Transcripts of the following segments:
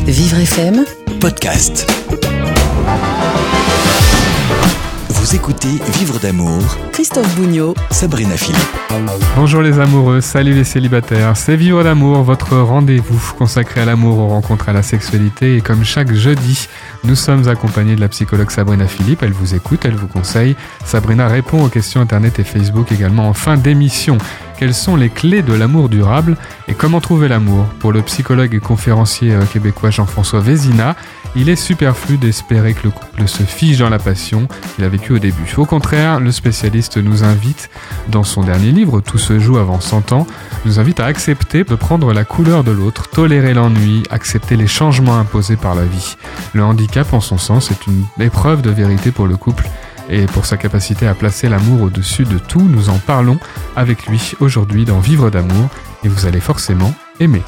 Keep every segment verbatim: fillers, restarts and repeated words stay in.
Vivre F M Podcast. Vous écoutez Vivre d'amour. Christophe Bougnot, Sabrina Philippe. Bonjour les amoureux, salut les célibataires. C'est Vivre d'amour, votre rendez-vous consacré à l'amour, aux rencontres, à la sexualité. Et comme chaque jeudi, nous sommes accompagnés de la psychologue Sabrina Philippe. Elle vous écoute, elle vous conseille. Sabrina répond aux questions internet et Facebook également en fin d'émission. Quelles sont les clés de l'amour durable et comment trouver l'amour? Pour le psychologue et conférencier québécois Jean-François Vézina, il est superflu d'espérer que le couple se fige dans la passion qu'il a vécue au début. Au contraire, le spécialiste nous invite, dans son dernier livre, Tout se joue avant cent ans, nous invite à accepter de prendre la couleur de l'autre, tolérer l'ennui, accepter les changements imposés par la vie. Le handicap, en son sens, est une épreuve de vérité pour le couple. Et pour sa capacité à placer l'amour au-dessus de tout, nous en parlons avec lui aujourd'hui dans Vivre d'amour et vous allez forcément aimer.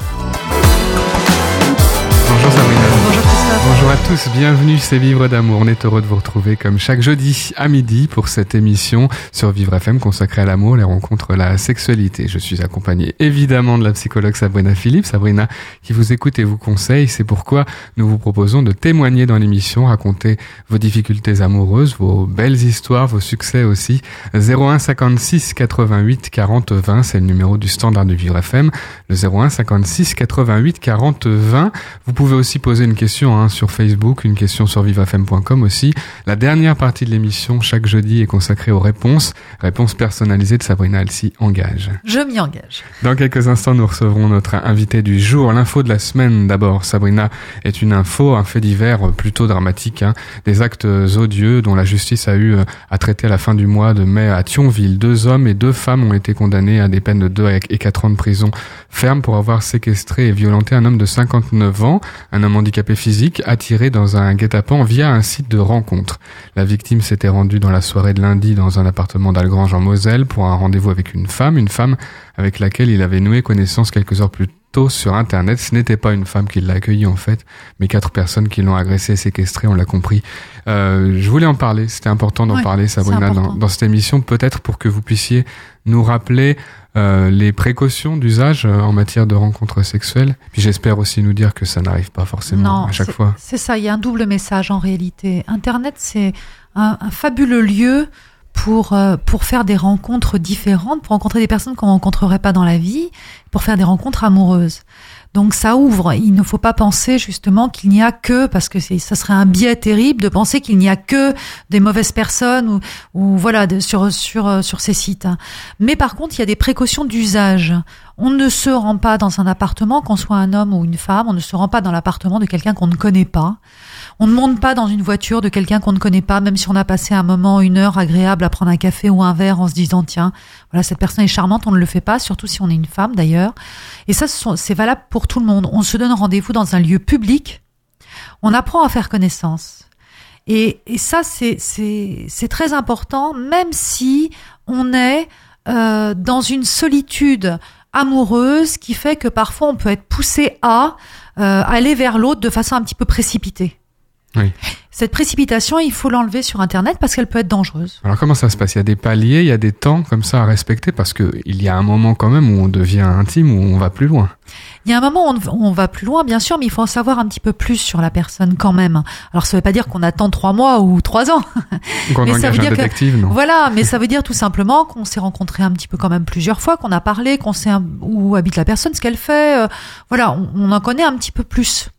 Bonjour Sabrina. Bonjour Christophe. Bonjour à tous, bienvenue, c'est Vivre d'amour. On est heureux de vous retrouver comme chaque jeudi à midi pour cette émission sur Vivre F M consacrée à l'amour, les rencontres, la sexualité. Je suis accompagné évidemment de la psychologue Sabrina Philippe. Sabrina qui vous écoute et vous conseille. C'est pourquoi nous vous proposons de témoigner dans l'émission, raconter vos difficultés amoureuses, vos belles histoires, vos succès aussi. zéro un cinquante-six quatre-vingt-huit quarante vingt, c'est le numéro du standard de Vivre F M. Le zéro un cinquante-six quatre-vingt-huit quarante vingt. Vous pouvez aussi poser une question hein, sur Facebook, une question sur vivre f m point com aussi. La dernière partie de l'émission, chaque jeudi, est consacrée aux réponses. Réponses personnalisées de Sabrina, elle s'y engage. Je m'y engage. Dans quelques instants, nous recevrons notre invité du jour. L'info de la semaine, d'abord. Sabrina est une info, un fait divers plutôt dramatique. Hein. Des actes odieux dont la justice a eu à traiter à la fin du mois de mai à Thionville. Deux hommes et deux femmes ont été condamnés à des peines de deux et quatre ans de prison ferme pour avoir séquestré et violenté un homme de cinquante-neuf ans, un homme handicapé physique, attiré dans un guet-apens via un site de rencontre. La victime s'était rendue dans la soirée de lundi dans un appartement d'Algrange en Moselle pour un rendez-vous avec une femme, une femme avec laquelle il avait noué connaissance quelques heures plus tôt sur Internet. Ce n'était pas une femme qui l'a accueilli en fait, mais quatre personnes qui l'ont agressé et séquestré, on l'a compris. Euh, je voulais en parler, c'était important d'en oui, parler, Sabrina, dans, dans cette émission, peut-être pour que vous puissiez nous rappeler euh, les précautions d'usage euh, en matière de rencontres sexuelles. Puis j'espère aussi nous dire que ça n'arrive pas forcément non, à chaque c'est, fois. C'est ça, il y a un double message en réalité. Internet, c'est un, un fabuleux lieu pour euh, pour faire des rencontres différentes, pour rencontrer des personnes qu'on rencontrerait pas dans la vie, pour faire des rencontres amoureuses. Donc ça ouvre. Il ne faut pas penser justement qu'il n'y a que, parce que c'est, ça serait un biais terrible de penser qu'il n'y a que des mauvaises personnes ou, ou voilà de, sur sur sur ces sites. Mais par contre, il y a des précautions d'usage. On ne se rend pas dans un appartement, qu'on soit un homme ou une femme, on ne se rend pas dans l'appartement de quelqu'un qu'on ne connaît pas. On ne monte pas dans une voiture de quelqu'un qu'on ne connaît pas, même si on a passé un moment, une heure agréable à prendre un café ou un verre en se disant tiens, voilà, cette personne est charmante, on ne le fait pas, surtout si on est une femme d'ailleurs. Et ça, c'est valable pour tout le monde. On se donne rendez-vous dans un lieu public, on apprend à faire connaissance. Et, et ça, c'est, c'est, c'est très important, même si on est euh, dans une solitude amoureuse qui fait que parfois on peut être poussé à euh, aller vers l'autre de façon un petit peu précipitée. Oui. Cette précipitation, il faut l'enlever sur Internet parce qu'elle peut être dangereuse. Alors comment ça se passe? Il y a des paliers, il y a des temps comme ça à respecter parce que il y a un moment quand même où on devient intime, où on va plus loin. Il y a un moment où on va plus loin, bien sûr, mais il faut en savoir un petit peu plus sur la personne quand même. Alors ça veut pas dire qu'on attend trois mois ou trois ans. Qu'on mais engage ça veut un dire détective, que, non? Voilà, mais ça veut dire tout simplement qu'on s'est rencontré un petit peu quand même plusieurs fois, qu'on a parlé, qu'on sait un, où habite la personne, ce qu'elle fait. Euh, voilà, on, on en connaît un petit peu plus.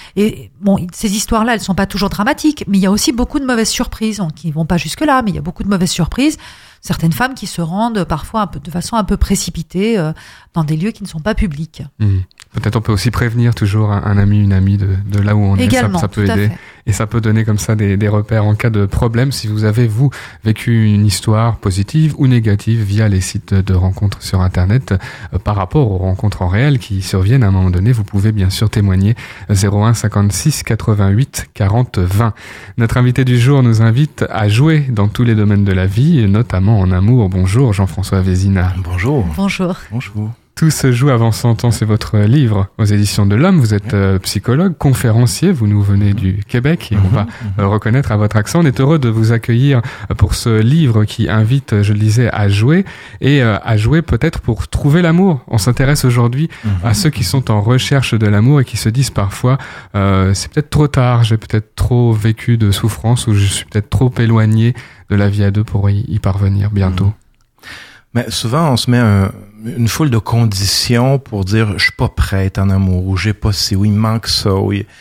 Et bon, ces histoires-là, elles sont pas toujours dramatiques, mais il y a aussi beaucoup de mauvaises surprises, qui vont pas jusque-là, mais il y a beaucoup de mauvaises surprises. Certaines femmes qui se rendent parfois un peu, de façon un peu précipitée euh, dans des lieux qui ne sont pas publics. Mmh. Peut-être on peut aussi prévenir toujours un, un ami, une amie de, de là où on Également, est. Ça, ça peut tout à aider. fait. Et ça peut donner comme ça des, des repères en cas de problème. Si vous avez, vous, vécu une histoire positive ou négative via les sites de rencontres sur Internet euh, par rapport aux rencontres en réel qui surviennent à un moment donné, vous pouvez bien sûr témoigner. zéro un cinquante-six quatre-vingt-huit quarante vingt. Notre invité du jour nous invite à jouer dans tous les domaines de la vie, et notamment en amour. Bonjour Jean-François Vézina. Bonjour. Bonjour. Bonjour. Tout se joue avant cent ans, c'est votre livre aux éditions de l'Homme. Vous êtes euh, psychologue, conférencier, vous nous venez du Québec et on va euh, reconnaître à votre accent. On est heureux de vous accueillir pour ce livre qui invite, je le disais, à jouer et euh, à jouer peut-être pour trouver l'amour. On s'intéresse aujourd'hui à ceux qui sont en recherche de l'amour et qui se disent parfois euh, c'est peut-être trop tard, j'ai peut-être trop vécu de souffrance ou je suis peut-être trop éloigné de la vie à deux pour y, y parvenir bientôt. Mmh. Mais souvent, on se met un, une foule de conditions pour dire « je suis pas prête en amour » ou « j'ai pas ci » ou « il me manque ça ». Ou il...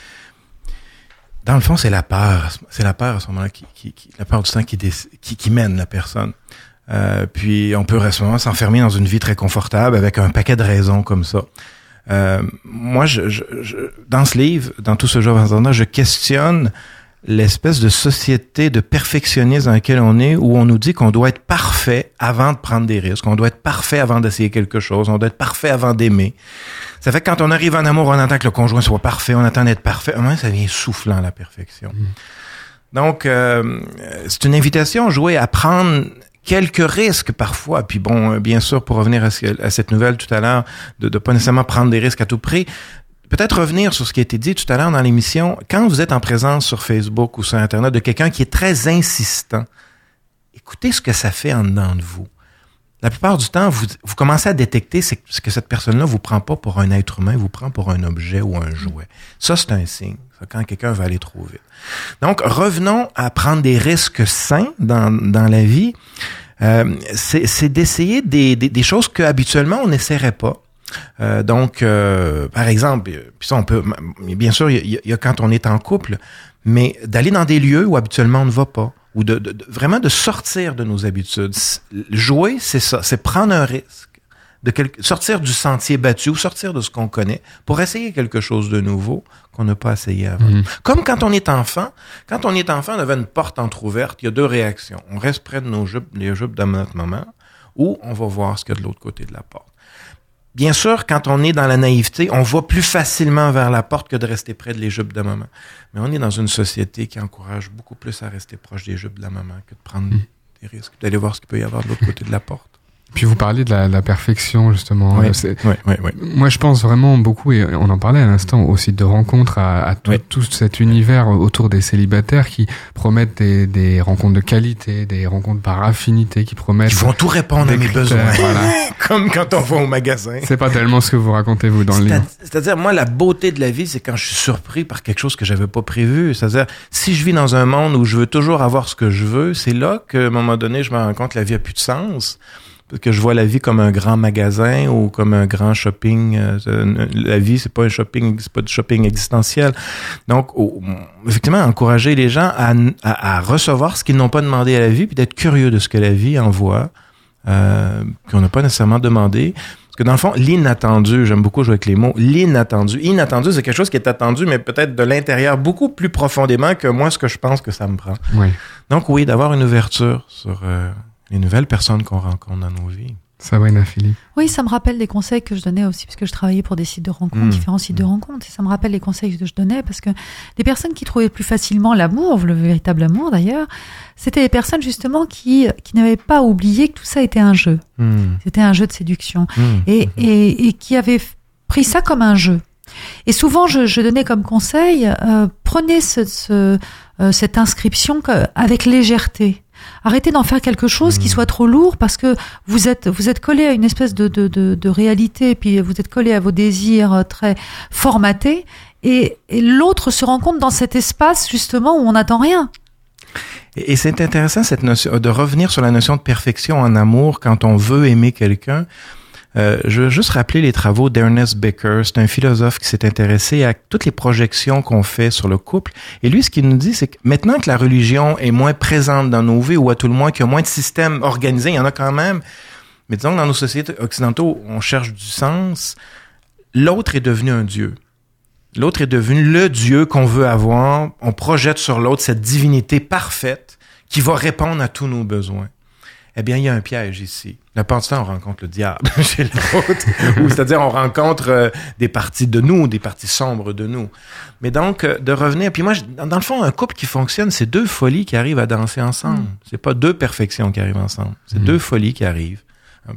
Dans le fond, c'est la peur. C'est la peur à ce moment-là, qui, qui, qui, la peur du temps qui, qui, qui mène la personne. Euh, puis on peut à ce moment s'enfermer dans une vie très confortable avec un paquet de raisons comme ça. Euh, moi, je, je, je, dans ce livre, dans tout ce genre d'entendant, je questionne l'espèce de société de perfectionnisme dans laquelle on est, où on nous dit qu'on doit être parfait avant de prendre des risques, on doit être parfait avant d'essayer quelque chose, on doit être parfait avant d'aimer. Ça fait que quand on arrive en amour, on attend que le conjoint soit parfait, on attend d'être parfait. Au moins, ça devient soufflant, la perfection. Mmh. Donc, euh, c'est une invitation à jouer, à prendre quelques risques parfois. Puis bon, bien sûr, pour revenir à, ce, à cette nouvelle tout à l'heure, de ne pas nécessairement prendre des risques à tout prix, peut-être revenir sur ce qui a été dit tout à l'heure dans l'émission. Quand vous êtes en présence sur Facebook ou sur Internet de quelqu'un qui est très insistant, écoutez ce que ça fait en dedans de vous. La plupart du temps, vous, vous commencez à détecter c'est que cette personne-là vous prend pas pour un être humain, vous prend pour un objet ou un jouet. Ça, c'est un signe. Ça, quand quelqu'un va aller trop vite. Donc, revenons à prendre des risques sains dans, dans la vie. Euh, c'est, c'est d'essayer des, des, des choses qu'habituellement on n'essaierait pas. Euh, donc, euh, par exemple, puis ça on peut, bien sûr, il y, y a quand on est en couple, mais d'aller dans des lieux où habituellement on ne va pas, ou de, de, de vraiment de sortir de nos habitudes. Jouer, c'est ça, c'est prendre un risque, de quelque, sortir du sentier battu ou sortir de ce qu'on connaît pour essayer quelque chose de nouveau qu'on n'a pas essayé avant. Mmh. Comme quand on est enfant, quand on est enfant devant une porte entrouverte, il y a deux réactions. On reste près de nos jupes, les jupes de notre maman, ou on va voir ce qu'il y a de l'autre côté de la porte. Bien sûr, quand on est dans la naïveté, on va plus facilement vers la porte que de rester près de les jupes de maman. Mais on est dans une société qui encourage beaucoup plus à rester proche des jupes de la maman que de prendre mmh. des risques, d'aller voir ce qu'il peut y avoir de l'autre côté de la porte. Puis vous parliez de la, la perfection, justement. Oui, oui, oui, oui. Moi, je pense vraiment beaucoup, et on en parlait à l'instant, au site de rencontres, à, à tout, oui. tout cet univers autour des célibataires qui promettent des, des rencontres de qualité, des rencontres par affinité, qui promettent... Qui vont tout répondre à mes critères, besoins. Voilà. Comme quand on va au magasin. C'est pas tellement ce que vous racontez, vous, dans C'est le livre. À, c'est-à-dire, moi, la beauté de la vie, c'est quand je suis surpris par quelque chose que j'avais pas prévu. C'est-à-dire, si je vis dans un monde où je veux toujours avoir ce que je veux, c'est là qu'à un moment donné, je me rends compte que la vie a plus de sens. Que je vois la vie comme un grand magasin ou comme un grand shopping. Euh, la vie, c'est pas un shopping, c'est pas du shopping existentiel. Donc, oh, effectivement, encourager les gens à, à, à recevoir ce qu'ils n'ont pas demandé à la vie, puis d'être curieux de ce que la vie envoie, euh, qu'on n'a pas nécessairement demandé. Parce que dans le fond, l'inattendu, j'aime beaucoup jouer avec les mots, l'inattendu. Inattendu, c'est quelque chose qui est attendu, mais peut-être de l'intérieur beaucoup plus profondément que moi, ce que je pense que ça me prend. Oui. Donc oui, d'avoir une ouverture sur... Euh, les nouvelles personnes qu'on rencontre dans nos vies. Sabrina Philippe. Oui, ça me rappelle des conseils que je donnais aussi, parce que je travaillais pour des sites de rencontres, mmh. différents sites de rencontres, et ça me rappelle les conseils que je donnais, parce que les personnes qui trouvaient plus facilement l'amour, le véritable amour d'ailleurs, c'était les personnes justement qui, qui n'avaient pas oublié que tout ça était un jeu. Mmh. C'était un jeu de séduction. Mmh. Et, mmh. et, et qui avaient pris ça comme un jeu. Et souvent, je, je donnais comme conseil, euh, prenez ce, ce, euh, cette inscription avec légèreté. Arrêtez d'en faire quelque chose mmh. qui soit trop lourd parce que vous êtes vous êtes collé à une espèce de de de, de réalité, puis vous êtes collé à vos désirs très formatés, et, et l'autre se rend compte dans cet espace justement où on n'attend rien. Et, et c'est intéressant cette notion de revenir sur la notion de perfection en amour quand on veut aimer quelqu'un. Euh, je veux juste rappeler les travaux d'Ernest Becker. C'est un philosophe qui s'est intéressé à toutes les projections qu'on fait sur le couple. Et lui, ce qu'il nous dit, c'est que maintenant que la religion est moins présente dans nos vies, ou à tout le moins qu'il y a moins de systèmes organisés, il y en a quand même, mais disons que dans nos sociétés occidentales, on cherche du sens, l'autre est devenu un dieu. L'autre est devenu le dieu qu'on veut avoir. On projette sur l'autre cette divinité parfaite qui va répondre à tous nos besoins. Eh bien, il y a un piège ici. La plupart du temps, on rencontre le diable chez l'autre. Ou c'est-à-dire, on rencontre euh, des parties de nous, des parties sombres de nous. Mais donc, euh, de revenir... Puis moi, je, dans, dans le fond, un couple qui fonctionne, c'est deux folies qui arrivent à danser ensemble. Mm. C'est pas deux perfections qui arrivent ensemble. C'est mm. deux folies qui arrivent.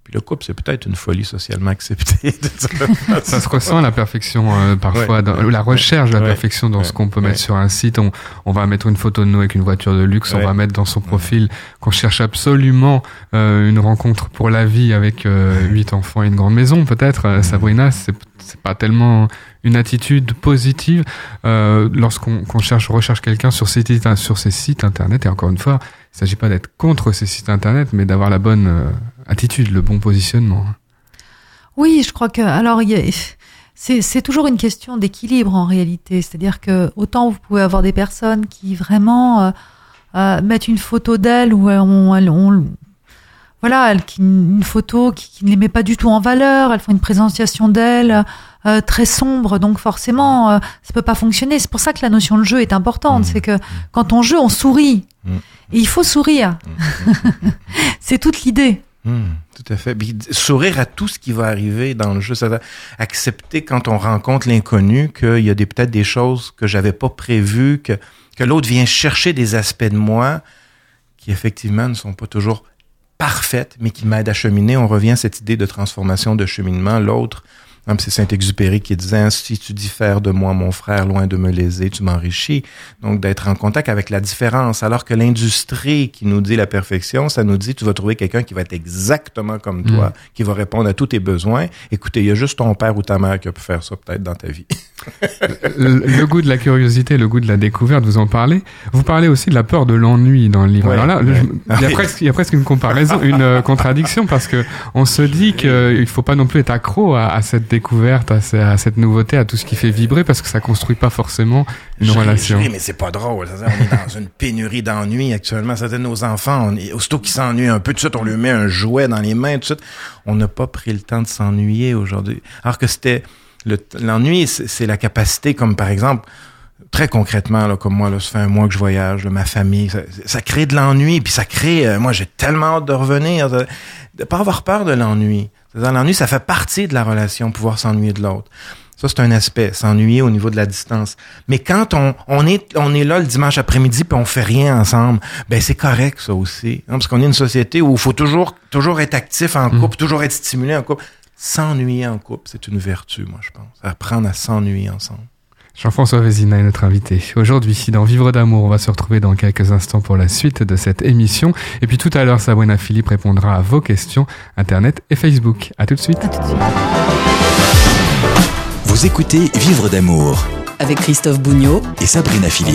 Puis le couple, c'est peut-être une folie socialement acceptée. De ça se ressent la perfection euh, parfois, ouais, dans, ouais, la recherche de la ouais, perfection dans ouais, ce qu'on peut ouais. mettre sur un site. On, on va mettre une photo de nous avec une voiture de luxe, ouais. on va mettre dans son profil ouais. qu'on cherche absolument euh, une rencontre pour la vie avec euh, huit enfants et une grande maison, peut-être. Euh, Sabrina, c'est, c'est pas tellement une attitude positive euh, lorsqu'on qu'on cherche, recherche quelqu'un sur ces, sur ces sites internet. Et encore une fois, il s'agit pas d'être contre ces sites internet, mais d'avoir la bonne euh, attitude, le bon positionnement. Oui, je crois que alors il y a, c'est c'est toujours une question d'équilibre en réalité, c'est-à-dire que autant vous pouvez avoir des personnes qui vraiment euh, euh, mettent une photo d'elles où on, elles, on voilà, elles, qui, une photo qui, qui ne les met pas du tout en valeur, elles font une présentation d'elles euh, très sombre, donc forcément euh, ça peut pas fonctionner. C'est pour ça que la notion de jeu est importante, mmh. c'est que quand on joue, on sourit. Mmh. Et il faut sourire. Mmh. C'est toute l'idée. Mmh, tout à fait. Puis, sourire à tout ce qui va arriver dans le jeu, ça va accepter quand on rencontre l'inconnu qu'il y a des, peut-être des choses que j'avais pas prévues, que, que l'autre vient chercher des aspects de moi qui effectivement ne sont pas toujours parfaites, mais qui m'aident à cheminer. On revient à cette idée de transformation, de cheminement. L'autre, c'est Saint-Exupéry qui disait « Si tu diffères de moi, mon frère, loin de me léser, tu m'enrichis. » Donc, d'être en contact avec la différence. Alors que l'industrie qui nous dit la perfection, ça nous dit « Tu vas trouver quelqu'un qui va être exactement comme toi, mmh. qui va répondre à tous tes besoins. » Écoutez, il y a juste ton père ou ta mère qui a pu faire ça peut-être dans ta vie. le, le goût de la curiosité, le goût de la découverte, vous en parlez. Vous parlez aussi de la peur de l'ennui dans le livre. Ouais, Alors là, ouais. je, il, y a presque, il y a presque une comparaison, une euh, contradiction, parce que on se dit qu'il ne faut pas non plus être accro à, à cette découverte, à, ce, à cette nouveauté, à tout ce qui fait vibrer, parce que ça construit pas forcément une je relation. Ris, mais c'est pas drôle. On est dans une pénurie d'ennui actuellement. C'était nos enfants. On est, aussitôt qu'ils s'ennuient un peu, tout de suite, on leur met un jouet dans les mains, tout de suite. On n'a pas pris le temps de s'ennuyer aujourd'hui. Alors que c'était Le, l'ennui, c'est, c'est la capacité, comme par exemple, très concrètement, là, comme moi, là, ça fait un mois que je voyage, là, ma famille, ça, ça crée de l'ennui, puis ça crée, euh, moi, j'ai tellement hâte de revenir, de, de pas avoir peur de l'ennui. C'est-à-dire, l'ennui, ça fait partie de la relation, pouvoir s'ennuyer de l'autre. Ça, c'est un aspect, s'ennuyer au niveau de la distance. Mais quand on, on est, on est là le dimanche après-midi puis on fait rien ensemble, ben, c'est correct, ça aussi. Hein, parce qu'on est une société où il faut toujours, toujours être actif en couple, mmh. toujours être stimulé en couple. S'ennuyer en couple, c'est une vertu, moi, je pense. Apprendre à s'ennuyer ensemble. Jean-François Vézina est notre invité. Aujourd'hui, dans Vivre d'amour, on va se retrouver dans quelques instants pour la suite de cette émission. Et puis tout à l'heure, Sabrina Philippe répondra à vos questions, Internet et Facebook. À tout de suite. À tout de suite. Vous écoutez Vivre d'amour avec Christophe Bougnot et Sabrina Philippe.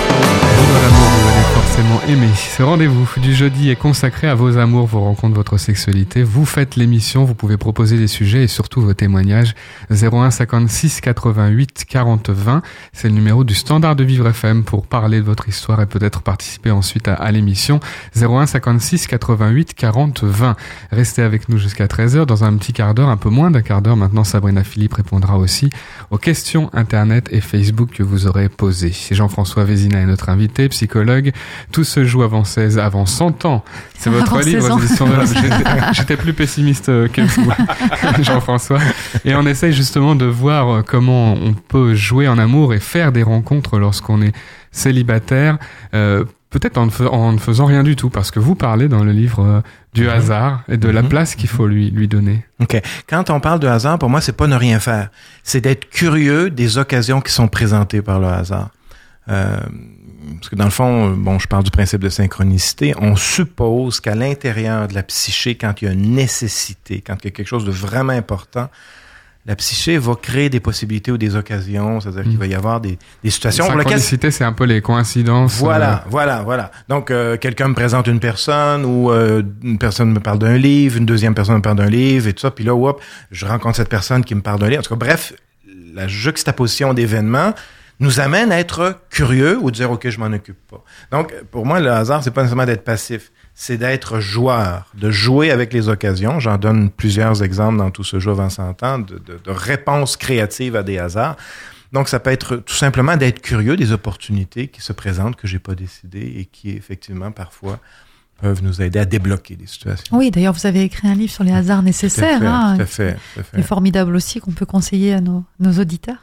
Vivre d'amour, vous allez forcément aimer. Ce rendez-vous du jeudi est consacré à vos amours, vos rencontres, votre sexualité. Vous faites l'émission, vous pouvez proposer des sujets et surtout vos témoignages. zéro un cinquante-six quatre-vingt-huit quarante vingt, c'est le numéro du standard de Vivre F M pour parler de votre histoire et peut-être participer ensuite à, à l'émission. zéro un cinquante-six quatre-vingt-huit quarante vingt. Restez avec nous jusqu'à treize heures. Dans un petit quart d'heure, un peu moins d'un quart d'heure maintenant, Sabrina Philippe répondra aussi aux questions Internet et Facebook que vous aurez posées. Jean-François Vézina est notre invité, psychologue. Tout se joue avant seize, avant cent ans. C'est votre avant livre, édition de la... j'étais, j'étais plus pessimiste que vous, Jean-François. Et on essaye justement de voir comment on peut jouer en amour et faire des rencontres lorsqu'on est célibataire, euh, peut-être en ne, fais, en ne faisant rien du tout, parce que vous parlez dans le livre euh, du mmh. hasard et de mmh. la place qu'il faut lui, lui donner. OK. Quand on parle de hasard, pour moi, c'est pas ne rien faire. C'est d'être curieux des occasions qui sont présentées par le hasard. Euh, parce que dans le fond, bon, je parle du principe de synchronicité. On suppose qu'à l'intérieur de la psyché, quand il y a une nécessité, quand il y a quelque chose de vraiment important, la psyché va créer des possibilités ou des occasions, c'est-à-dire mmh. qu'il va y avoir des, des situations... La synchronicité, lesquelles... c'est un peu les coïncidences. Voilà, euh... voilà, voilà. Donc, euh, quelqu'un me présente une personne ou euh, une personne me parle d'un livre, une deuxième personne me parle d'un livre et tout ça, puis là, hop, je rencontre cette personne qui me parle d'un livre. En tout cas, bref, la juxtaposition d'événements nous amène à être curieux ou dire « OK, je m'en occupe pas ». Donc, pour moi, le hasard, c'est pas nécessairement d'être passif. C'est d'être joueur, de jouer avec les occasions. J'en donne plusieurs exemples dans tout ce jeu avant cent ans, de, de, de réponses créatives à des hasards. Donc, ça peut être tout simplement d'être curieux des opportunités qui se présentent, que j'ai pas décidées et qui, effectivement, parfois, peuvent nous aider à débloquer des situations. Oui, d'ailleurs, vous avez écrit un livre sur les hasards nécessaires. Tout à fait, hein, tout à fait, tout à fait. C'est formidable aussi, qu'on peut conseiller à nos, nos auditeurs.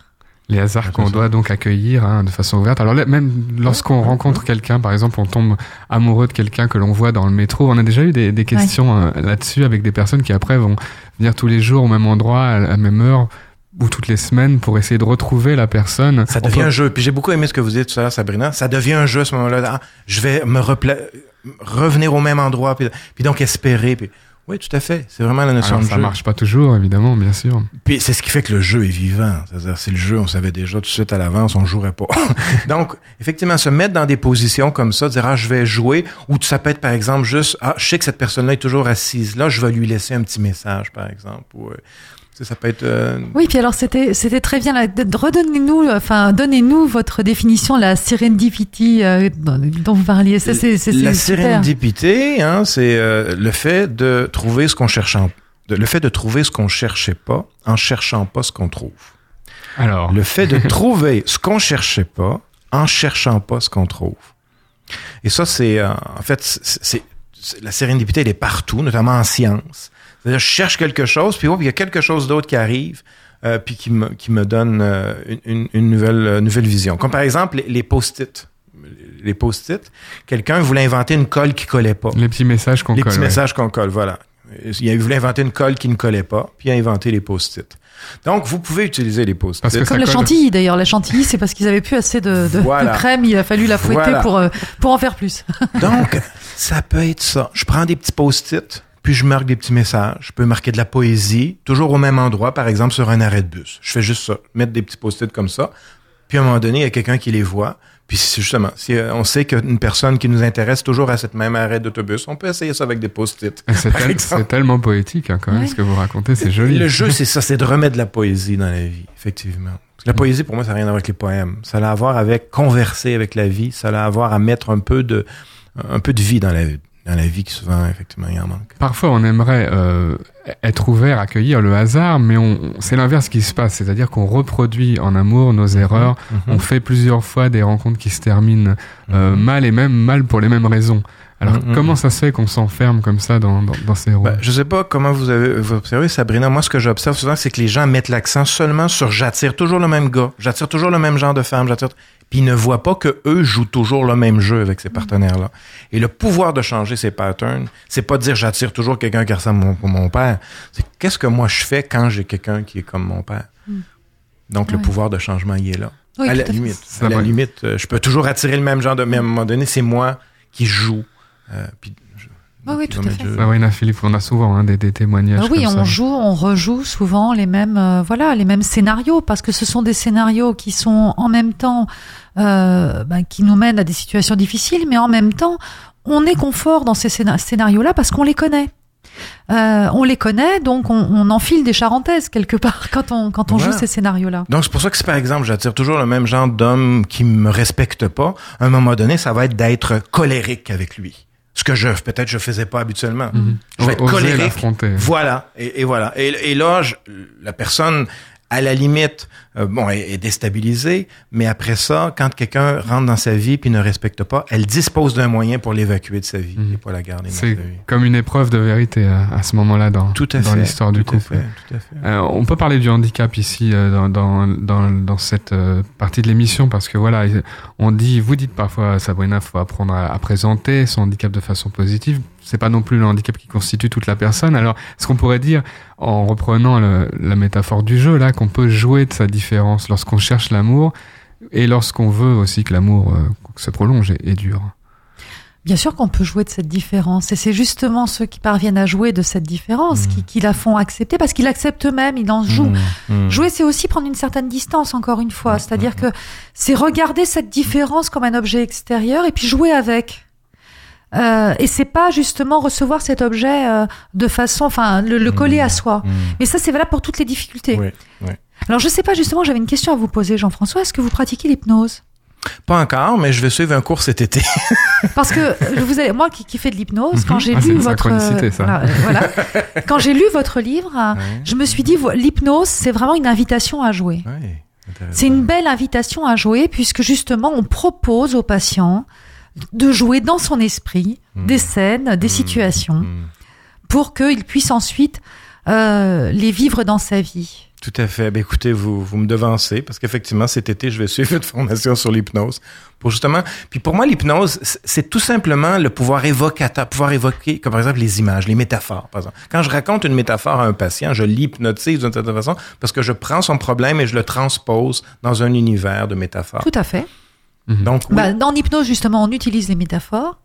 Les hasards qu'on doit donc accueillir hein, de façon ouverte. Alors là, même lorsqu'on ouais, rencontre ouais. quelqu'un, par exemple, on tombe amoureux de quelqu'un que l'on voit dans le métro. On a déjà eu des, des questions ouais. euh, là-dessus avec des personnes qui après vont venir tous les jours au même endroit, à la même heure, ou toutes les semaines pour essayer de retrouver la personne. Ça devient peut... un jeu. Puis j'ai beaucoup aimé ce que vous dites tout à l'heure, Sabrina. Ça devient un jeu à ce moment-là. Ah, je vais me repla... revenir au même endroit, puis, puis donc espérer. Puis... Oui, tout à fait. C'est vraiment la notion Alors, de ça jeu. Ça marche pas toujours, évidemment, bien sûr. Puis c'est ce qui fait que le jeu est vivant. C'est-à-dire, c'est le jeu, on savait déjà tout de suite à l'avance, on jouerait pas. Donc, effectivement, se mettre dans des positions comme ça, dire, ah, je vais jouer, ou ça peut être, par exemple, juste, ah, je sais que cette personne-là est toujours assise là, je vais lui laisser un petit message, par exemple. Ou, euh, ça peut être. Euh... Oui, puis alors c'était c'était très bien. Là, redonnez-nous, enfin, donnez-nous votre définition, la serendipity euh, dont vous parliez. Ça, c'est, c'est, la c'est serendipité, hein, c'est euh, le fait de trouver ce qu'on cherche, en, de, le fait de trouver ce qu'on cherchait pas en cherchant pas ce qu'on trouve. Alors, le fait de trouver ce qu'on cherchait pas en cherchant pas ce qu'on trouve. Et ça, c'est euh, en fait, c'est, c'est, c'est la serendipité, elle est partout, notamment en sciences. C'est-à-dire, je cherche quelque chose, puis oh, il y a quelque chose d'autre qui arrive, euh, puis qui me, qui me donne euh, une, une nouvelle, euh, nouvelle vision. Comme par exemple, les, les post-it. Les post-it. Quelqu'un voulait inventer une colle qui collait pas. Les petits messages qu'on les colle. Les petits ouais. messages qu'on colle, voilà. Il voulait inventer une colle qui ne collait pas, puis il a inventé les post-it. Donc, vous pouvez utiliser les post-it. Parce que Comme la colle... chantilly, d'ailleurs. La chantilly, c'est parce qu'ils avaient plus assez de, de, voilà. de crème, il a fallu la fouetter voilà. pour, euh, pour en faire plus. Donc, ça peut être ça. Je prends des petits post-it, puis je marque des petits messages. Je peux marquer de la poésie, toujours au même endroit, par exemple sur un arrêt de bus. Je fais juste ça, mettre des petits post-it comme ça. Puis à un moment donné, il y a quelqu'un qui les voit. Puis c'est justement, si on sait qu'une personne qui nous intéresse toujours à cette même arrêt d'autobus, on peut essayer ça avec des post-it. C'est, tel, c'est tellement poétique hein, quand même, oui. ce que vous racontez, c'est joli. Le jeu, c'est ça, c'est de remettre de la poésie dans la vie, effectivement. Parce que la poésie, pour moi, ça n'a rien à voir avec les poèmes. Ça a à voir avec converser avec la vie. Ça a à voir à mettre un peu de, un peu de vie dans la vie. Dans la vie qui souvent, effectivement, il en manque. Parfois, on aimerait euh, être ouvert, accueillir le hasard, mais on, c'est l'inverse qui se passe. C'est-à-dire qu'on reproduit en amour nos erreurs. Mm-hmm. On fait plusieurs fois des rencontres qui se terminent euh, mm-hmm. mal et même mal pour les mêmes raisons. Alors, mm-hmm. comment ça se fait qu'on s'enferme comme ça dans, dans, dans ces rôles? Ben, je sais pas comment vous avez vous observé, Sabrina. Moi, ce que j'observe souvent, c'est que les gens mettent l'accent seulement sur j'attire toujours le même gars, j'attire toujours le même genre de femme, j'attire... Puis ils ne voient pas que eux jouent toujours le même jeu avec ces partenaires-là. Et le pouvoir de changer ces patterns, c'est pas de dire j'attire toujours quelqu'un qui ressemble à mon, à mon père. C'est qu'est-ce que moi je fais quand j'ai quelqu'un qui est comme mon père. Mm. Donc ouais. le pouvoir de changement, il est là. Oui, à la limite, à la limite, je peux toujours attirer le même genre de, mais à un moment donné, c'est moi qui joue. Euh, puis je, oui, oui, tout à fait. Ah oui, Philippe, on a souvent hein, des, des témoignages. Ah oui, comme on ça. joue, on rejoue souvent les mêmes, euh, voilà, les mêmes scénarios, parce que ce sont des scénarios qui sont en même temps, euh, ben, qui nous mènent à des situations difficiles, mais en même temps, on est confort dans ces scénarios-là parce qu'on les connaît. Euh, on les connaît, donc on, on enfile des charentaises quelque part quand on quand on voilà. joue ces scénarios-là. Donc c'est pour ça que si par exemple j'attire toujours le même genre d'homme qui me respecte pas, à un moment donné, ça va être d'être colérique avec lui. Ce que je peut-être je faisais pas habituellement. Mmh. Je vais être Oser colérique. L'affronter. Voilà et, et voilà et, et là je, la personne à la limite euh, bon est, est déstabilisée, mais après ça quand quelqu'un rentre dans sa vie puis ne respecte pas, elle dispose d'un moyen pour l'évacuer de sa vie mmh. et pas la garder dans C'est sa vie. Comme une épreuve de vérité à, à ce moment-là dans tout à dans fait, l'histoire du tout couple. À fait, tout à fait. Euh, on peut parler du handicap ici euh, dans, dans dans dans cette euh, partie de l'émission parce que voilà, on dit vous dites parfois Sabrina, faut apprendre à, à présenter son handicap de façon positive. C'est pas non plus le handicap qui constitue toute la personne. Alors, est-ce qu'on pourrait dire, en reprenant le, la métaphore du jeu, là, qu'on peut jouer de sa différence lorsqu'on cherche l'amour et lorsqu'on veut aussi que l'amour euh, se prolonge et, et dure? Bien sûr qu'on peut jouer de cette différence. Et c'est justement ceux qui parviennent à jouer de cette différence mmh. qui, qui la font accepter, parce qu'ils l'acceptent eux-mêmes, ils en jouent. Mmh. Mmh. Jouer, c'est aussi prendre une certaine distance, encore une fois. Mmh. C'est-à-dire mmh. que c'est regarder cette différence comme un objet extérieur et puis jouer avec. Euh, et c'est pas justement recevoir cet objet euh, de façon, enfin, le, le coller mmh, à soi. Mmh. Mais ça, c'est valable pour toutes les difficultés. Oui, oui. Alors, je sais pas, justement, j'avais une question à vous poser, Jean-François. Est-ce que vous pratiquez l'hypnose? Pas encore, mais je vais suivre un cours cet été. Parce que vous avez, moi qui, qui fais de l'hypnose, quand j'ai ah, lu c'est une votre, synchronicité, ça. Voilà, voilà, quand j'ai lu votre livre, ouais. je me suis dit, l'hypnose, c'est vraiment une invitation à jouer. Oui, c'est une belle invitation à jouer, puisque justement, on propose aux patients de jouer dans son esprit mmh. des scènes, des mmh. situations, mmh. pour qu'il puisse ensuite euh, les vivre dans sa vie. Tout à fait. Ben, écoutez, vous, vous me devancez parce qu'effectivement, cet été, je vais suivre une formation sur l'hypnose pour justement. Puis pour moi, l'hypnose, c'est tout simplement le pouvoir évocateur, pouvoir évoquer, comme par exemple les images, les métaphores, par exemple. Quand je raconte une métaphore à un patient, je l'hypnotise d'une certaine façon parce que je prends son problème et je le transpose dans un univers de métaphores. Tout à fait. Mm-hmm. Donc, oui. Bah, dans l'hypnose, justement, on utilise les métaphores.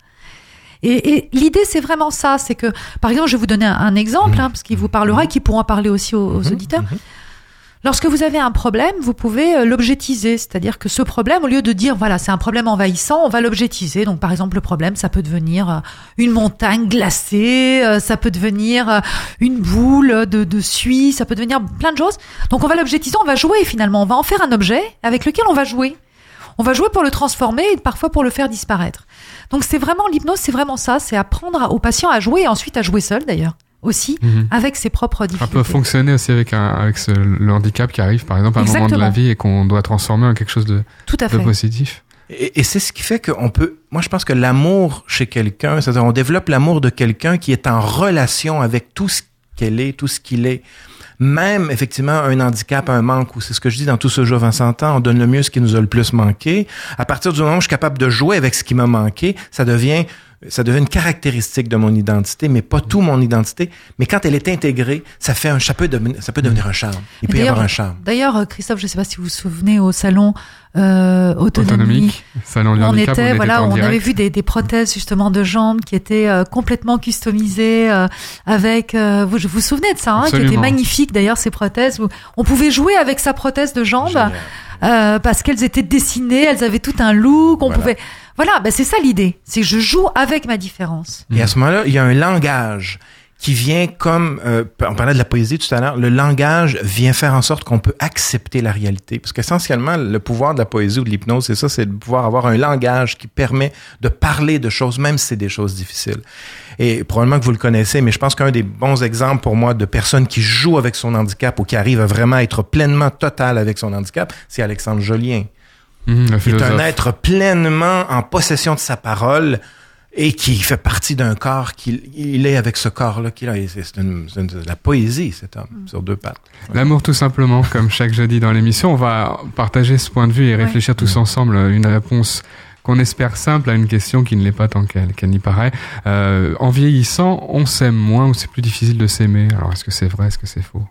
Et, et l'idée, c'est vraiment ça. C'est que, par exemple, je vais vous donner un, un exemple, hein, parce qu'il vous parlera et qui pourra parler aussi aux, aux auditeurs. Mm-hmm. Lorsque vous avez un problème, vous pouvez l'objetiser, c'est-à-dire que ce problème, au lieu de dire, voilà, c'est un problème envahissant, on va l'objetiser. Donc, par exemple, le problème, ça peut devenir une montagne glacée, ça peut devenir une boule de, de suie, ça peut devenir plein de choses. Donc, on va l'objetiser, on va jouer finalement, on va en faire un objet avec lequel on va jouer. On va jouer pour le transformer et parfois pour le faire disparaître. Donc, c'est vraiment, l'hypnose, c'est vraiment ça, c'est apprendre aux patients à jouer et ensuite à jouer seul d'ailleurs. Aussi, mmh. avec ses propres difficultés. Ça peut fonctionner aussi avec, un, avec ce, le handicap qui arrive, par exemple, à un Exactement. moment de la vie et qu'on doit transformer en quelque chose de, Tout à de fait. positif. Et, et c'est ce qui fait qu'on peut... Moi, je pense que l'amour chez quelqu'un, c'est-à-dire on développe l'amour de quelqu'un qui est en relation avec tout ce qu'elle est, tout ce qu'il est. Même, effectivement, un handicap, un manque, ou c'est ce que je dis dans Tout ce jeu avant cent ans, on donne le mieux ce qui nous a le plus manqué. À partir du moment où je suis capable de jouer avec ce qui m'a manqué, ça devient... ça devient une caractéristique de mon identité, mais pas tout mon identité. Mais quand elle est intégrée, ça fait un, ça peut devenir, ça peut devenir un charme. Il peut y avoir un charme. D'ailleurs, Christophe, je ne sais pas si vous vous souvenez au salon euh, autonomie, autonomique, salon du handicap, on était, on voilà, on direct. avait vu des, des prothèses justement de jambes qui étaient euh, complètement customisées euh, avec. Euh, vous, vous vous souvenez de ça, hein, qui étaient magnifiques d'ailleurs ces prothèses où on pouvait jouer avec sa prothèse de jambe. Euh, parce qu'elles étaient dessinées, elles avaient tout un look, on voilà. pouvait... Voilà, ben c'est ça l'idée, c'est que je joue avec ma différence. Et à ce moment-là, il y a un langage qui vient comme... Euh, on parlait de la poésie tout à l'heure, le langage vient faire en sorte qu'on peut accepter la réalité. Parce qu'essentiellement, le pouvoir de la poésie ou de l'hypnose, c'est ça, c'est de pouvoir avoir un langage qui permet de parler de choses, même si c'est des choses difficiles. Et probablement que vous le connaissez, mais je pense qu'un des bons exemples pour moi de personnes qui jouent avec son handicap ou qui arrivent à vraiment être pleinement total avec son handicap, c'est Alexandre Jolien. Mmh, qui est un être pleinement en possession de sa parole et qui fait partie d'un corps qu'il il est avec ce corps-là qu'il a. C'est, une, c'est une, de la poésie, cet homme, mmh. sur deux pattes. Ouais. L'amour tout simplement, comme chaque jeudi dans l'émission. On va partager ce point de vue et réfléchir ouais. tous ensemble à une réponse qu'on espère simple à une question qui ne l'est pas tant qu'elle, qu'elle n'y paraît. Euh, en vieillissant, on s'aime moins ou c'est plus difficile de s'aimer? Alors, est-ce que c'est vrai, est-ce que c'est faux?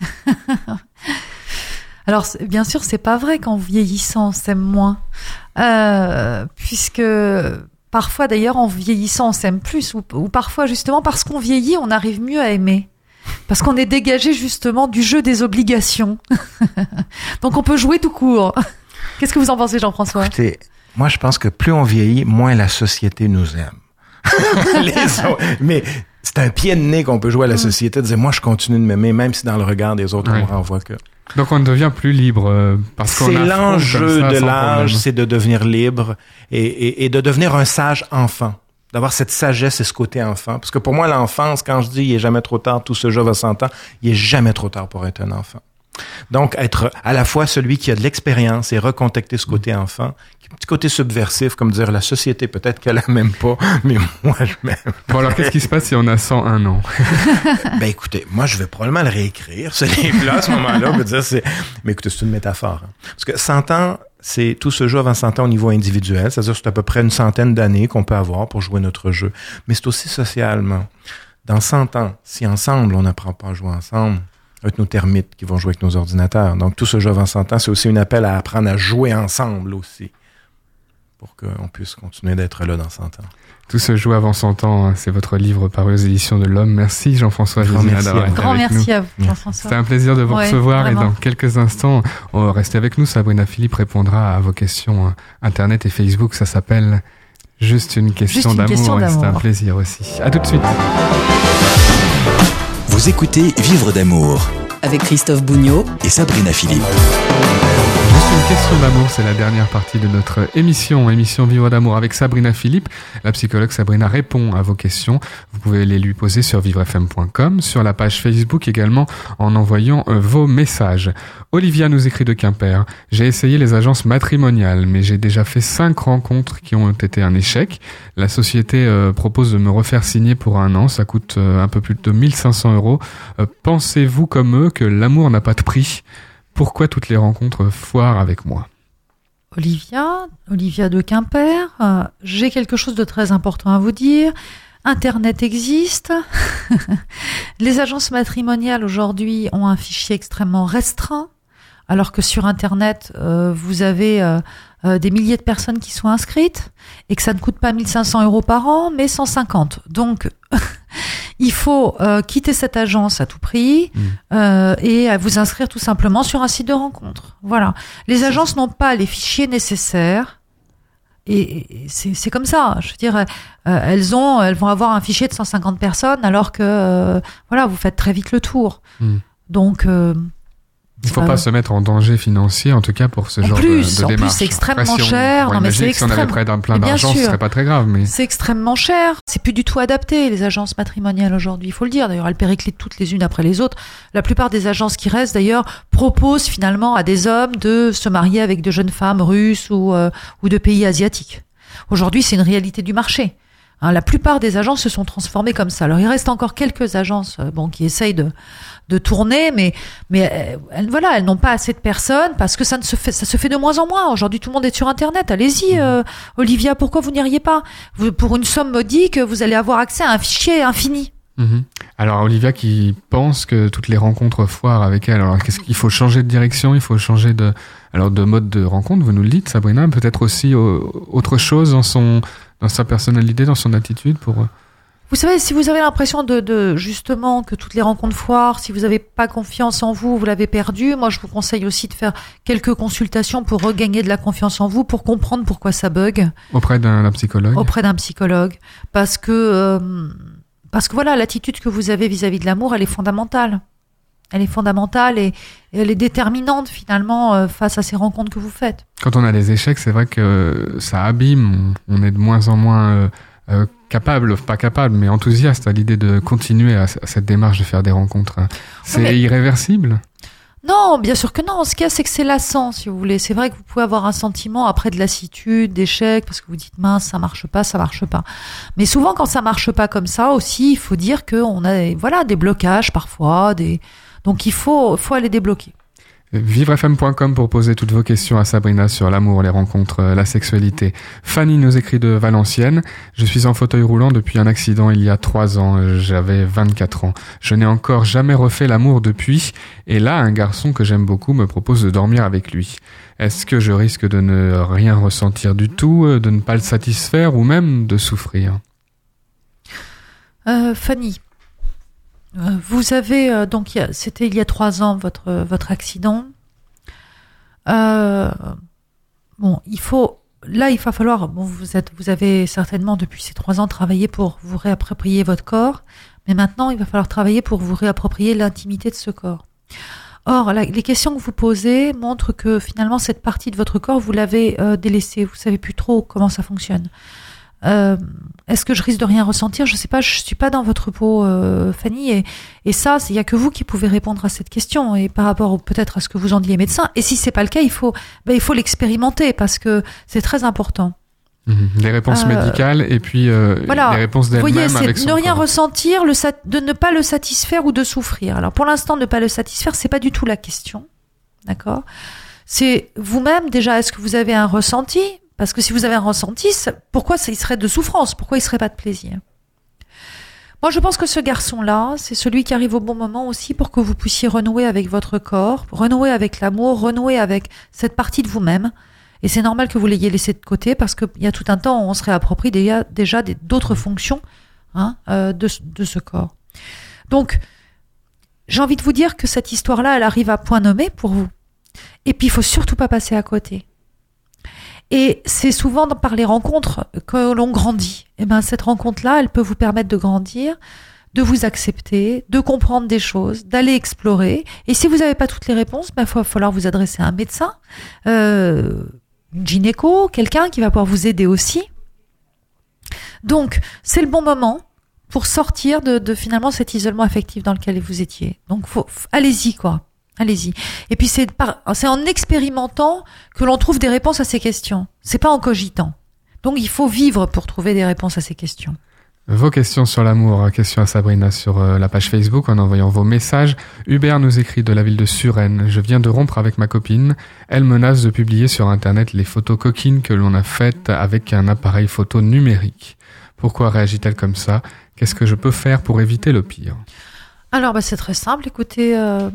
Alors, bien sûr, c'est pas vrai qu'en vieillissant, on s'aime moins. Euh, puisque parfois, d'ailleurs, en vieillissant, on s'aime plus. Ou, ou parfois, justement, parce qu'on vieillit, on arrive mieux à aimer. Parce qu'on est dégagé, justement, du jeu des obligations. Donc, on peut jouer tout court. Qu'est-ce que vous en pensez, Jean-François? Écoutez, moi, je pense que plus on vieillit, moins la société nous aime. Les autres, mais... c'est un pied de nez qu'on peut jouer à la société, de dire, moi, je continue de m'aimer, même si dans le regard des autres, oui. on me renvoie que... Donc, on ne devient plus libre euh, parce qu'on c'est a l'enjeu ça, de l'âge, problème. C'est de devenir libre et, et, et de devenir un sage enfant. D'avoir cette sagesse et ce côté enfant. Parce que pour moi, l'enfance, quand je dis, il est jamais trop tard, tout ce jeu va cent ans, il est jamais trop tard pour être un enfant. Donc, être à la fois celui qui a de l'expérience et recontacter ce côté enfant, un petit côté subversif, comme dire la société, peut-être qu'elle la m'aime pas, mais moi, je m'aime. Bon, alors, qu'est-ce qui se passe si on a cent un ans? Ben, écoutez, moi, je vais probablement le réécrire, ce livre-là, à ce moment-là, me dire, c'est, mais écoutez, c'est une métaphore. Hein. Parce que cent ans, c'est tout ce jeu avant cent ans au niveau individuel, c'est-à-dire que c'est à peu près une centaine d'années qu'on peut avoir pour jouer notre jeu. Mais c'est aussi socialement. Dans cent ans, si ensemble, on n'apprend pas à jouer ensemble, avec nos termites qui vont jouer avec nos ordinateurs. Donc, tout ce jeu avant cent ans, c'est aussi un appel à apprendre à jouer ensemble aussi, pour qu'on puisse continuer d'être là dans cent ans. Tout se joue avant cent ans, c'est votre livre paru aux éditions de l'Homme. Merci Jean-François Gézina d'avoir été Grand avec merci nous. à vous, Jean-François. C'était un plaisir de vous ouais, recevoir vraiment. Et dans quelques instants, on va rester avec nous. Sabrina Philippe répondra à vos questions Internet et Facebook. Ça s'appelle Juste une question Juste une d'amour. Question et d'amour. c'est un plaisir aussi. À tout de suite. Vous écoutez Vivre d'amour avec Christophe Bougnot et Sabrina Philippe. Juste Question d'amour, c'est la dernière partie de notre émission, émission Vivre d'amour avec Sabrina Philippe. La psychologue Sabrina répond à vos questions. Vous pouvez les lui poser sur vivre f m point com, sur la page Facebook également, en envoyant euh, vos messages. Olivia nous écrit de Quimper. J'ai essayé les agences matrimoniales, mais j'ai déjà fait cinq rencontres qui ont été un échec. La société euh, propose de me refaire signer pour un an. Ça coûte euh, un peu plus de mille cinq cents euros. Euh, pensez-vous comme eux que l'amour n'a pas de prix ? Pourquoi toutes les rencontres foirent avec moi ? Olivia, Olivia de Quimper, euh, j'ai quelque chose de très important à vous dire. Internet existe. Les agences matrimoniales aujourd'hui ont un fichier extrêmement restreint, alors que sur Internet, euh, vous avez euh, euh, des milliers de personnes qui sont inscrites et que ça ne coûte pas mille cinq cents euros par an, mais cent cinquante. Donc, il faut euh, quitter cette agence à tout prix mmh. euh, et à vous inscrire tout simplement sur un site de rencontre. Voilà. Les agences n'ont pas les fichiers nécessaires et, et c'est, c'est comme ça. Je veux dire, euh, elles ont, elles vont avoir un fichier de cent cinquante personnes alors que euh, voilà, vous faites très vite le tour. Mmh. Donc euh, il ne faut euh, pas se mettre en danger financier, en tout cas pour ce genre plus, de, de en démarche. En plus, c'est extrêmement Après, si on, cher. Non, mais c'est extrême... Si on avait près d'un plein mais d'argent, sûr, ce serait pas très grave. Mais c'est extrêmement cher. C'est plus du tout adapté, les agences matrimoniales aujourd'hui. Il faut le dire. D'ailleurs, elles périclitent toutes les unes après les autres. La plupart des agences qui restent, d'ailleurs, proposent finalement à des hommes de se marier avec de jeunes femmes russes ou euh, ou de pays asiatiques. Aujourd'hui, c'est une réalité du marché. Hein, la plupart des agences se sont transformées comme ça. Alors, il reste encore quelques agences, euh, bon, qui essayent de de tourner, mais mais elles, voilà, elles n'ont pas assez de personnes parce que ça ne se fait, ça se fait de moins en moins. Aujourd'hui, tout le monde est sur Internet. Allez-y, euh, Olivia, pourquoi vous n'iriez pas ? Vous, pour une somme modique, vous allez avoir accès à un fichier infini. Mmh. Alors Olivia qui pense que toutes les rencontres foirent avec elle. Alors qu'est-ce qu'il faut changer de direction ? Il faut changer de alors de mode de rencontre. Vous nous le dites, Sabrina. Peut-être aussi euh, autre chose dans son dans sa personnalité, dans son attitude pour. Vous savez, si vous avez l'impression de, de justement que toutes les rencontres foirent, si vous n'avez pas confiance en vous, vous l'avez perdu, moi je vous conseille aussi de faire quelques consultations pour regagner de la confiance en vous, pour comprendre pourquoi ça bug. Auprès d'un, d'un psychologue. Auprès d'un psychologue, parce que euh, parce que voilà, l'attitude que vous avez vis-à-vis de l'amour, elle est fondamentale. Elle est fondamentale et, et elle est déterminante finalement euh, face à ces rencontres que vous faites. Quand on a des échecs, c'est vrai que ça abîme. On est de moins en moins euh, euh, capable, pas capable, mais enthousiaste à l'idée de continuer à, à cette démarche de faire des rencontres. C'est mais... irréversible ? Non, bien sûr que non. Ce qu'il y a, c'est que c'est lassant, si vous voulez. C'est vrai que vous pouvez avoir un sentiment après de lassitude, d'échec, parce que vous dites mince, ça marche pas, ça marche pas. Mais souvent, quand ça marche pas comme ça aussi, il faut dire qu'on a, voilà, des blocages parfois, des, donc il faut, faut aller débloquer. vivre f m point com pour poser toutes vos questions à Sabrina sur l'amour, les rencontres, la sexualité. Fanny nous écrit de Valenciennes. Je suis en fauteuil roulant depuis un accident il y a trois ans. J'avais vingt-quatre ans. Je n'ai encore jamais refait l'amour depuis. Et là, un garçon que j'aime beaucoup me propose de dormir avec lui. Est-ce que je risque de ne rien ressentir du tout, de ne pas le satisfaire ou même de souffrir ? euh, Fanny, vous avez euh, donc c'était il y a trois ans votre votre accident. Euh, bon, il faut là il va falloir bon vous êtes vous avez certainement depuis ces trois ans travaillé pour vous réapproprier votre corps, mais maintenant il va falloir travailler pour vous réapproprier l'intimité de ce corps. Or, la, les questions que vous posez montrent que finalement cette partie de votre corps vous l'avez euh, délaissée. Vous savez plus trop comment ça fonctionne. Euh, est-ce que je risque de rien ressentir ? Je sais pas, je suis pas dans votre peau, euh, Fanny, et, et ça, il y a que vous qui pouvez répondre à cette question, et par rapport au, peut-être à ce que vous en dit les médecins. Et si c'est pas le cas, il faut, ben, il faut l'expérimenter parce que c'est très important. Mmh. Les réponses euh, médicales et puis euh, voilà. Les réponses d'elle-même. Vous voyez, avec c'est son ne rien corps. ressentir, le sat- de ne pas le satisfaire ou de souffrir. Alors pour l'instant, ne pas le satisfaire, c'est pas du tout la question, d'accord ? C'est vous-même déjà. Est-ce que vous avez un ressenti ? Parce que si vous avez un ressenti, pourquoi il serait de souffrance ? Pourquoi il serait pas de plaisir ? Moi, je pense que ce garçon-là, c'est celui qui arrive au bon moment aussi pour que vous puissiez renouer avec votre corps, renouer avec l'amour, renouer avec cette partie de vous-même. Et c'est normal que vous l'ayez laissé de côté parce qu'il y a tout un temps où on se réapproprie déjà, déjà des, d'autres fonctions hein, euh, de, de ce corps. Donc, j'ai envie de vous dire que cette histoire-là, elle arrive à point nommé pour vous. Et puis, il faut surtout pas passer à côté. Et c'est souvent par les rencontres que l'on grandit. Et ben cette rencontre-là, elle peut vous permettre de grandir, de vous accepter, de comprendre des choses, d'aller explorer. Et si vous n'avez pas toutes les réponses, ben, il va falloir vous adresser à un médecin, euh, une gynéco, quelqu'un qui va pouvoir vous aider aussi. Donc, c'est le bon moment pour sortir de, de finalement cet isolement affectif dans lequel vous étiez. Donc, faut, faut, allez-y, quoi. Allez-y. Et puis, c'est, par, c'est en expérimentant que l'on trouve des réponses à ces questions. C'est pas en cogitant. Donc, il faut vivre pour trouver des réponses à ces questions. Vos questions sur l'amour, question à Sabrina sur euh, la page Facebook en envoyant vos messages. Hubert nous écrit de la ville de Suresnes. Je viens de rompre avec ma copine. Elle menace de publier sur Internet les photos coquines que l'on a faites avec un appareil photo numérique. Pourquoi réagit-elle comme ça ? Qu'est-ce que je peux faire pour éviter le pire ? Alors, bah, c'est très simple. Écoutez, euh,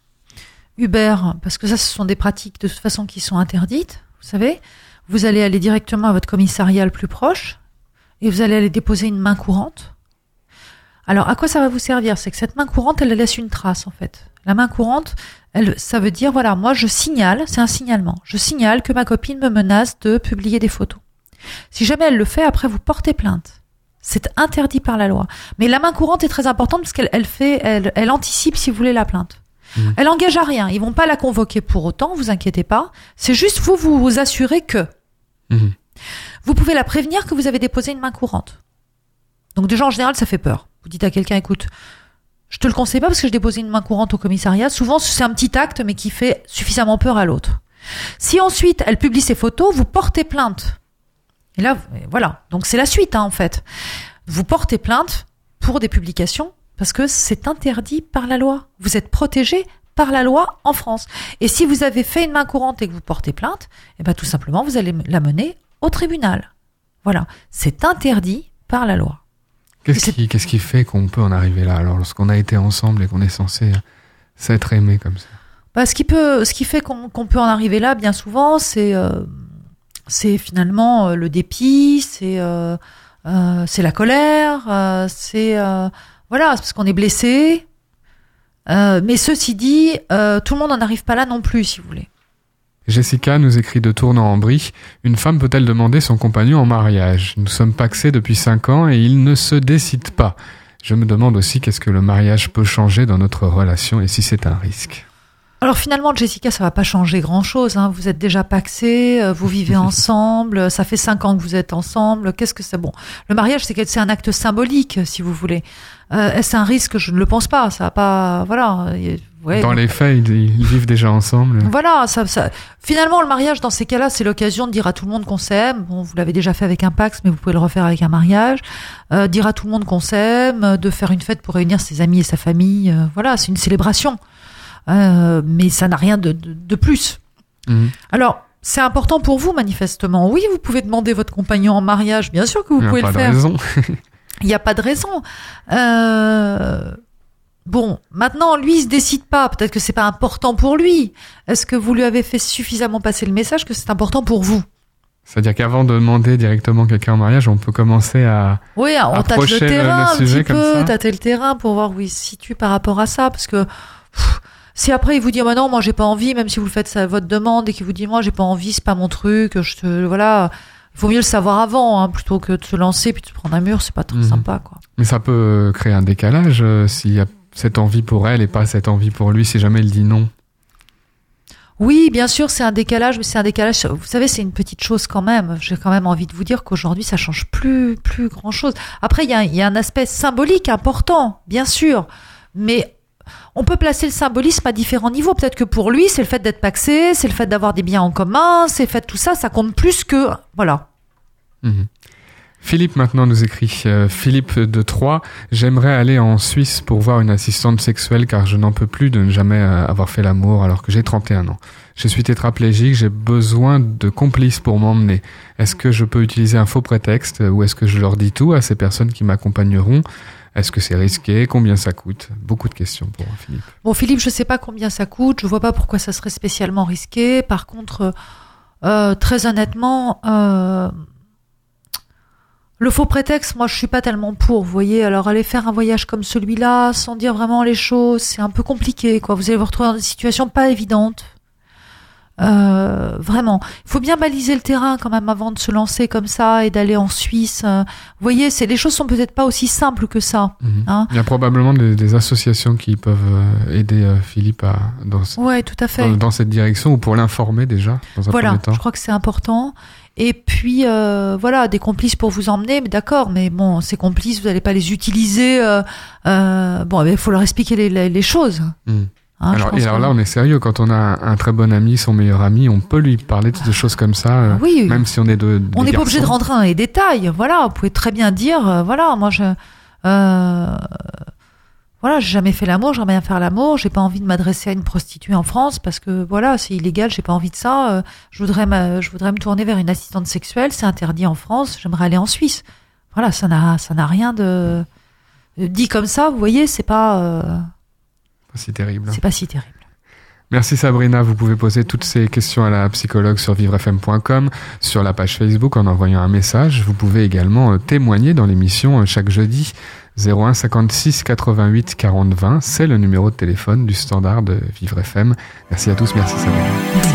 Hubert, parce que ça, ce sont des pratiques de toute façon qui sont interdites, vous savez. Vous allez aller directement à votre commissariat le plus proche. Et vous allez aller déposer une main courante. Alors, à quoi ça va vous servir ? C'est que cette main courante, elle laisse une trace, en fait. La main courante, elle, ça veut dire, voilà, moi, je signale, c'est un signalement. Je signale que ma copine me menace de publier des photos. Si jamais elle le fait, après, vous portez plainte. C'est interdit par la loi. Mais la main courante est très importante parce qu'elle elle fait, elle, elle anticipe, si vous voulez, la plainte. Mmh. Elle engage à rien. Ils vont pas la convoquer pour autant, vous inquiétez pas. C'est juste, vous, vous vous assurez que... Mmh. Vous pouvez la prévenir que vous avez déposé une main courante. Donc déjà, en général, ça fait peur. Vous dites à quelqu'un, écoute, je te le conseille pas parce que j'ai déposé une main courante au commissariat. Souvent, c'est un petit acte, mais qui fait suffisamment peur à l'autre. Si ensuite, elle publie ses photos, vous portez plainte. Et là, voilà. Donc c'est la suite, hein, en fait. Vous portez plainte pour des publications parce que c'est interdit par la loi. Vous êtes protégé par la loi en France. Et si vous avez fait une main courante et que vous portez plainte, eh ben, tout simplement, vous allez la mener au tribunal. Voilà. C'est interdit par la loi. Qu'est-ce qui, qu'est-ce qui fait qu'on peut en arriver là, alors, lorsqu'on a été ensemble et qu'on est censé s'être aimé comme ça ? Bah, ce qui peut, ce qui fait qu'on, qu'on peut en arriver là, bien souvent, c'est, euh, c'est finalement euh, le dépit, c'est, euh, euh, c'est la colère, euh, c'est, euh, voilà, c'est parce qu'on est blessé. Euh, mais ceci dit, euh, tout le monde n'en arrive pas là non plus, si vous voulez. Jessica nous écrit de Tournan-en-Brie. Une femme peut-elle demander son compagnon en mariage ? Nous sommes pacsés depuis cinq ans et il ne se décide pas. Je me demande aussi qu'est-ce que le mariage peut changer dans notre relation et si c'est un risque. Alors finalement, Jessica, ça va pas changer grand-chose, hein. Vous êtes déjà pacsés, vous vivez ensemble, ça fait cinq ans que vous êtes ensemble. Qu'est-ce que c'est bon ? Le mariage, c'est, c'est un acte symbolique, si vous voulez. Euh, est-ce un risque ? Je ne le pense pas. Ça va pas, voilà. Ouais, dans les faits, ils, ils vivent déjà ensemble. Voilà, ça, ça. Finalement, le mariage, dans ces cas-là, c'est l'occasion de dire à tout le monde qu'on s'aime. Bon, vous l'avez déjà fait avec un Pacs, mais vous pouvez le refaire avec un mariage. Euh, dire à tout le monde qu'on s'aime, de faire une fête pour réunir ses amis et sa famille. Euh, voilà, c'est une célébration. Euh, mais ça n'a rien de, de, de plus. Mmh. Alors, c'est important pour vous, manifestement. Oui, vous pouvez demander votre compagnon en mariage. Bien sûr que vous pouvez le faire. Il n'y a pas de raison. Euh... Bon, maintenant, lui, il se décide pas. Peut-être que c'est pas important pour lui. Est-ce que vous lui avez fait suffisamment passer le message que c'est important pour vous ? C'est-à-dire qu'avant de demander directement quelqu'un en mariage, on peut commencer à oui, on tâte le terrain le, le un petit peu, tâter le terrain pour voir où il se situe par rapport à ça, parce que pff, si après il vous dit oh, bah non, moi j'ai pas envie, même si vous le faites ça, votre demande et qu'il vous dit moi j'ai pas envie, c'est pas mon truc, je te voilà. Il faut mieux le savoir avant, hein, plutôt que de se lancer puis de se prendre un mur, c'est pas très mmh. sympa, quoi. Mais ça peut créer un décalage euh, s'il y a cette envie pour elle et pas cette envie pour lui, si jamais il dit non. Oui, bien sûr, c'est un décalage, mais c'est un décalage. Vous savez, c'est une petite chose quand même. J'ai quand même envie de vous dire qu'aujourd'hui, ça change plus, plus grand chose. Après, il y a, il y a un aspect symbolique important, bien sûr, mais on peut placer le symbolisme à différents niveaux. Peut-être que pour lui, c'est le fait d'être pacsé, c'est le fait d'avoir des biens en commun, c'est le fait de tout ça, ça compte plus que... Voilà. Mmh. Philippe maintenant nous écrit, euh, Philippe de Troyes, j'aimerais aller en Suisse pour voir une assistante sexuelle car je n'en peux plus de ne jamais euh, avoir fait l'amour alors que j'ai trente et un ans. Je suis tétraplégique, j'ai besoin de complices pour m'emmener. Est-ce que je peux utiliser un faux prétexte ou est-ce que je leur dis tout à ces personnes qui m'accompagneront ? Est-ce que c'est risqué ? Combien ça coûte ? Beaucoup de questions pour Philippe. Bon, Philippe, je sais pas combien ça coûte, je vois pas pourquoi ça serait spécialement risqué. Par contre, euh, très honnêtement... Euh Le faux prétexte, moi, je suis pas tellement pour, vous voyez. Alors, aller faire un voyage comme celui-là, sans dire vraiment les choses, c'est un peu compliqué, quoi. Vous allez vous retrouver dans des situations pas évidentes. Euh, vraiment, il faut bien baliser le terrain quand même avant de se lancer comme ça et d'aller en Suisse. Euh, vous voyez, c'est, les choses sont peut-être pas aussi simples que ça. Mmh. Hein. Il y a probablement des, des associations qui peuvent euh, aider euh, Philippe à, dans, ouais, tout à fait. Dans, dans cette direction, ou pour l'informer déjà, dans un voilà, premier temps. Je crois que c'est important. Et puis, euh, voilà, des complices pour vous emmener, mais d'accord, mais bon, ces complices, vous n'allez pas les utiliser. Euh, euh, bon, il faut leur expliquer les, les, les choses. Mmh. Hein, alors, et alors que... là, on est sérieux. Quand on a un, un très bon ami, son meilleur ami, on peut lui parler de choses comme ça, euh, oui, même si on est de. On n'est pas obligé de rentrer dans les détails. Voilà, vous pouvez très bien dire, euh, voilà, moi je, euh, voilà, j'ai jamais fait l'amour, j'aimerais bien faire l'amour, j'ai pas envie de m'adresser à une prostituée en France parce que voilà, c'est illégal, j'ai pas envie de ça. Euh, je voudrais, me, je voudrais me tourner vers une assistante sexuelle, c'est interdit en France, j'aimerais aller en Suisse. Voilà, ça n'a, ça n'a rien de dit comme ça. Vous voyez, c'est pas. Euh, Pas si terrible. C'est pas si terrible. Merci Sabrina, vous pouvez poser toutes ces questions à la psychologue sur vivre f m point com, sur la page Facebook en envoyant un message. Vous pouvez également témoigner dans l'émission chaque jeudi. zéro un cinquante-six quatre-vingt-huit quarante vingt, c'est le numéro de téléphone du standard de Vivre F M. Merci à tous, merci Sabrina.